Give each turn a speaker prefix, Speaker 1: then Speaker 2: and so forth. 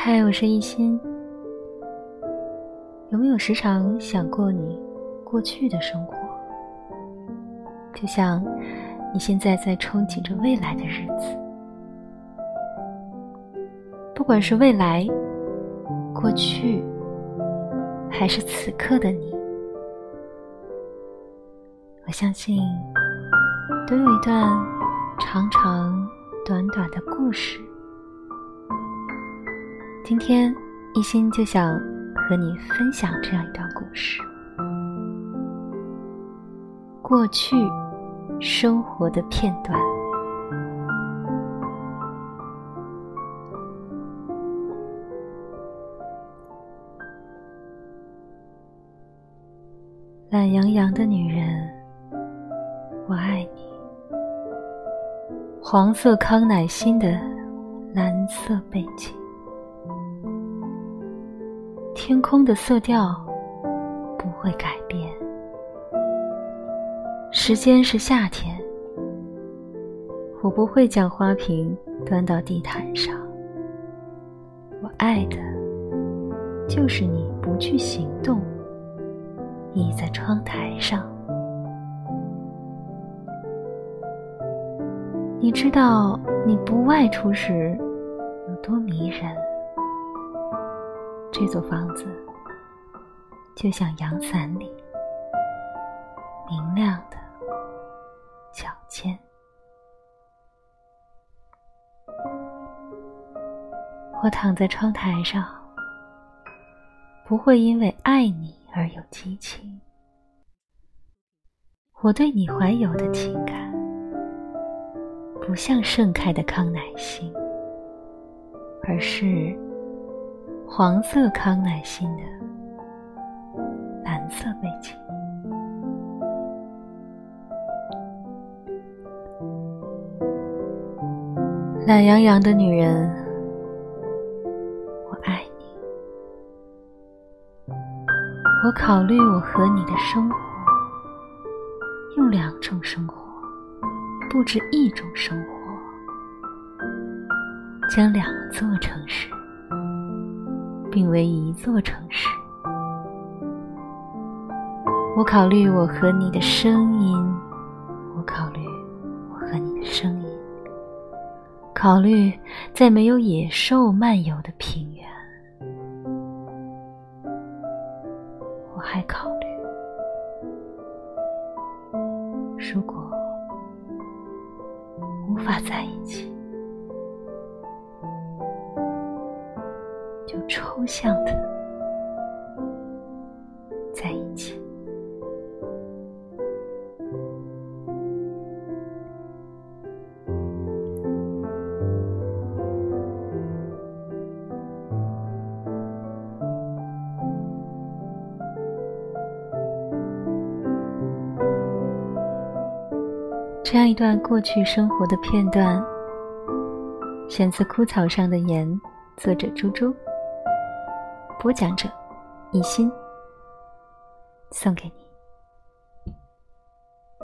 Speaker 1: 嗨，我是一心。有没有时常想过你过去的生活？就像你现在在憧憬着未来的日子，不管是未来、过去，还是此刻的你，我相信都有一段长长短短的故事。今天一心就想和你分享这样一段故事，过去生活的片段。懒洋洋的女人，我爱你。黄色康乃馨的蓝色背景，天空的色调不会改变。时间是夏天，我不会将花瓶端到地毯上。我爱的就是你不去行动，倚在窗台上。你知道你不外出时有多迷人。这座房子就像阳伞里明亮的小间。我躺在窗台上，不会因为爱你而有激情。我对你怀有的情感不像盛开的康乃馨，而是黄色康乃馨的蓝色背景。懒洋洋的女人，我爱你。我考虑我和你的生活，用两种生活，不止一种生活，将两座城市并为一座城市。我考虑我和你的声音，我考虑我和你的声音，考虑在没有野兽漫游的平原。我还考虑，如果无法在一起，就抽象的在一起。这样一段过去生活的片段，选自枯草上的盐，作者猪猪，播讲者一心，送给你。